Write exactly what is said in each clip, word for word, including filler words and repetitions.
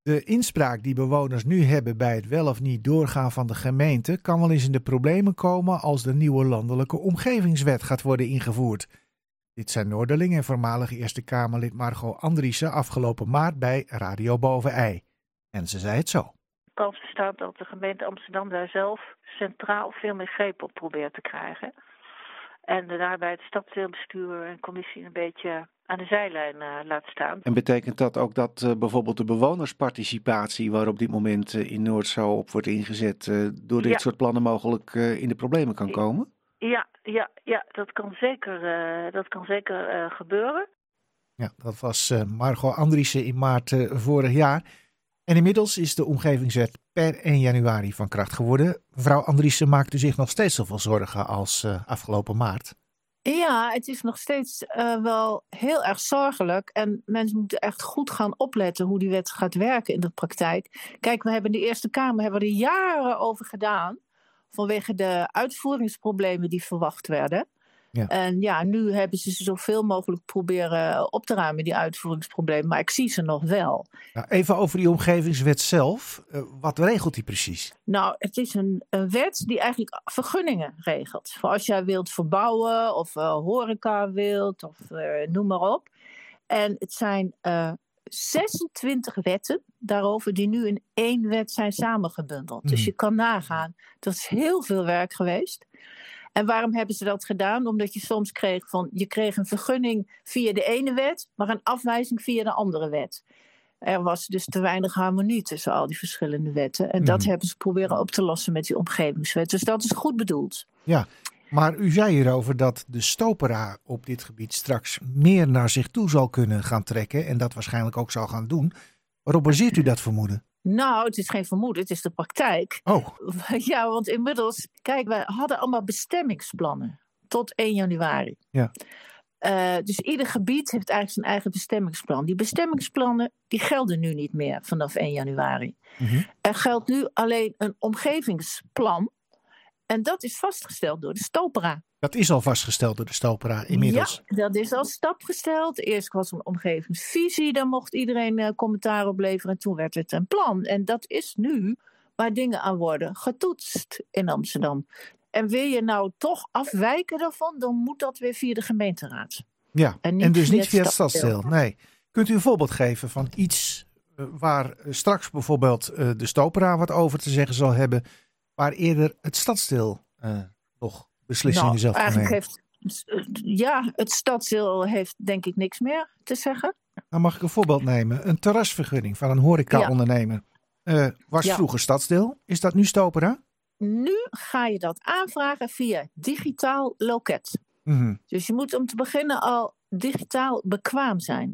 De inspraak die bewoners nu hebben bij het wel of niet doorgaan van de gemeente kan wel eens in de problemen komen als de nieuwe landelijke omgevingswet gaat worden ingevoerd. Dit zei Noorderling en voormalig Eerste Kamerlid Margot Andriessen afgelopen maart bij Radio Boven-Ei. En ze zei het zo. De kans bestaat dat de gemeente Amsterdam daar zelf centraal veel meer greep op probeert te krijgen. En daarbij het stadsdeelbestuur en commissie een beetje aan de zijlijn uh, laat staan. En betekent dat ook dat uh, bijvoorbeeld de bewonersparticipatie, waar op dit moment uh, in Noord zo op wordt ingezet, uh, door dit ja. soort plannen mogelijk uh, in de problemen kan komen? Ja, ja, ja dat kan zeker, uh, dat kan zeker uh, gebeuren. Ja, dat was uh, Margot Andriessen in maart uh, vorig jaar. En inmiddels is de omgevingswet per één januari van kracht geworden. Mevrouw Andriessen maakte zich nog steeds zoveel zorgen als uh, afgelopen maart. Ja, het is nog steeds uh, wel heel erg zorgelijk. En mensen moeten echt goed gaan opletten hoe die wet gaat werken in de praktijk. Kijk, we hebben in de Eerste Kamer hebben er jaren over gedaan. Vanwege de uitvoeringsproblemen die verwacht werden. Ja. En ja, nu hebben ze ze zoveel mogelijk proberen op te ruimen, die uitvoeringsproblemen. Maar ik zie ze nog wel. Nou, even over die omgevingswet zelf. Uh, wat regelt die precies? Nou, het is een, een wet die eigenlijk vergunningen regelt. Voor als jij wilt verbouwen of uh, horeca wilt of uh, noem maar op. En het zijn uh, zesentwintig wetten daarover die nu in één wet zijn samengebundeld. Mm. Dus je kan nagaan, dat is heel veel werk geweest. En waarom hebben ze dat gedaan? Omdat je soms kreeg van, je kreeg een vergunning via de ene wet, maar een afwijzing via de andere wet. Er was dus te weinig harmonie tussen al die verschillende wetten. En mm. dat hebben ze proberen op te lossen met die omgevingswet. Dus dat is goed bedoeld. Ja, maar u zei hierover dat de stopera op dit gebied straks meer naar zich toe zal kunnen gaan trekken. En dat waarschijnlijk ook zal gaan doen. Waarop baseert u dat vermoeden? Nou, het is geen vermoeden, het is de praktijk. Oh. Ja, want inmiddels, kijk, wij hadden allemaal bestemmingsplannen tot één januari. Ja. Uh, dus ieder gebied heeft eigenlijk zijn eigen bestemmingsplan. Die bestemmingsplannen, die gelden nu niet meer vanaf één januari. Mm-hmm. Er geldt nu alleen een omgevingsplan. En dat is vastgesteld door de stopera. Dat is al vastgesteld door de stopera inmiddels? Ja, dat is al stapgesteld. Eerst was een omgevingsvisie, daar mocht iedereen uh, commentaar op leveren. En toen werd het een plan. En dat is nu waar dingen aan worden getoetst in Amsterdam. En wil je nou toch afwijken daarvan, dan moet dat weer via de gemeenteraad. Ja, en, en dus niet via het stadsdeel. Nee. Kunt u een voorbeeld geven van iets uh, waar uh, straks bijvoorbeeld uh, de stopera wat over te zeggen zal hebben, waar eerder het stadsdeel uh, nog beslissingen nou, zelf kan nemen? Heeft, ja, het stadsdeel heeft denk ik niks meer te zeggen. Nou, mag ik een voorbeeld nemen? Een terrasvergunning van een horeca-ondernemer. Uh, was ja. vroeger stadsdeel. Is dat nu stopera? Nu ga je dat aanvragen via digitaal loket. Mm-hmm. Dus je moet om te beginnen al digitaal bekwaam zijn.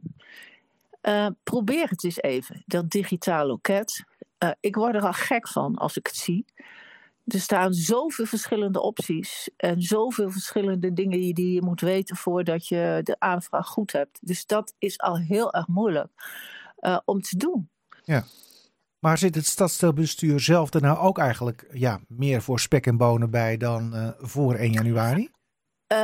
Uh, probeer het eens even, dat digitaal loket. Uh, ik word er al gek van als ik het zie. Er staan zoveel verschillende opties en zoveel verschillende dingen die je moet weten voordat je de aanvraag goed hebt. Dus dat is al heel erg moeilijk uh, om te doen. Ja. Maar zit het stadsdeelbestuur zelf er nou ook eigenlijk ja, meer voor spek en bonen bij dan uh, voor één januari? Uh,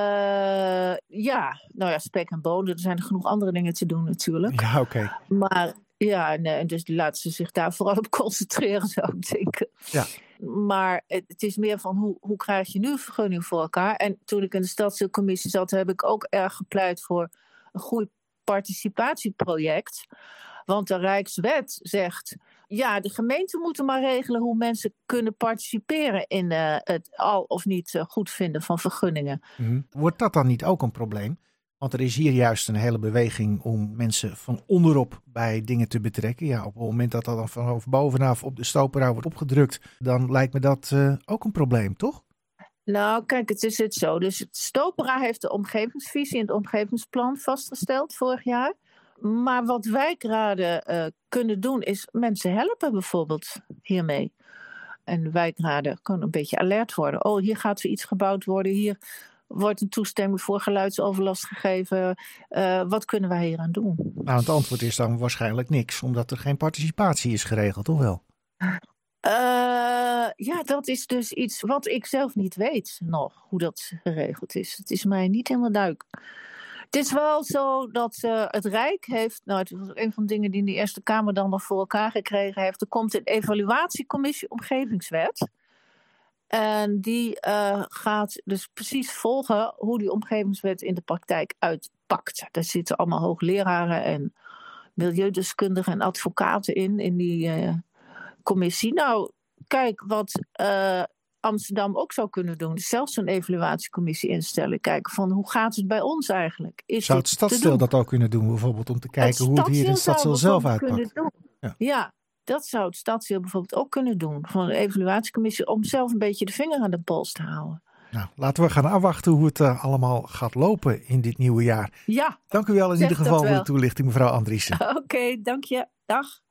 ja, nou ja, spek en bonen. Er zijn er genoeg andere dingen te doen natuurlijk. Ja, oké. Okay. Maar ja, nee, dus laten ze zich daar vooral op concentreren, zou ik denken. Ja. Maar het, het is meer van hoe, hoe krijg je nu een vergunning voor elkaar? En toen ik in de stadsdeelcommissie zat, heb ik ook erg gepleit voor een goed participatieproject. Want de Rijkswet zegt, ja, de gemeenten moeten maar regelen hoe mensen kunnen participeren in uh, het al of niet uh, goed vinden van vergunningen. Mm-hmm. Wordt dat dan niet ook een probleem? Want er is hier juist een hele beweging om mensen van onderop bij dingen te betrekken. Ja, op het moment dat dat dan van bovenaf op de stopera wordt opgedrukt, dan lijkt me dat uh, ook een probleem, toch? Nou, kijk, het is het zo. Dus het stopera heeft de omgevingsvisie en het omgevingsplan vastgesteld vorig jaar. Maar wat wijkraden uh, kunnen doen is mensen helpen bijvoorbeeld hiermee. En wijkraden kunnen een beetje alert worden. Oh, hier gaat weer iets gebouwd worden. Hier wordt een toestemming voor geluidsoverlast gegeven. Uh, wat kunnen wij hier aan doen? Nou, het antwoord is dan waarschijnlijk niks, omdat er geen participatie is geregeld, toch wel? Uh, ja, dat is dus iets wat ik zelf niet weet nog, hoe dat geregeld is. Het is mij niet helemaal duidelijk. Het is wel zo dat uh, het Rijk heeft, nou het was een van de dingen die de Eerste Kamer dan nog voor elkaar gekregen heeft. Er komt een evaluatiecommissie omgevingswet. En die uh, gaat dus precies volgen hoe die omgevingswet in de praktijk uitpakt. Daar zitten allemaal hoogleraren en milieudeskundigen en advocaten in, in die uh, commissie. Nou, kijk, wat uh, Amsterdam ook zou kunnen doen, is zelfs een evaluatiecommissie instellen. Kijken van, hoe gaat het bij ons eigenlijk? Is zou het stadsdeel dat ook kunnen doen, bijvoorbeeld, om te kijken hoe het hier in het stadsdeel zelf uitpakt? Ja. ja, dat zou het stadsdeel bijvoorbeeld ook kunnen doen. Van een evaluatiecommissie, om zelf een beetje de vinger aan de pols te houden. Nou, laten we gaan afwachten hoe het uh, allemaal gaat lopen in dit nieuwe jaar. Ja. Dank u wel in ieder geval voor de toelichting, mevrouw Andriessen. Oké, okay, dank je. Dag.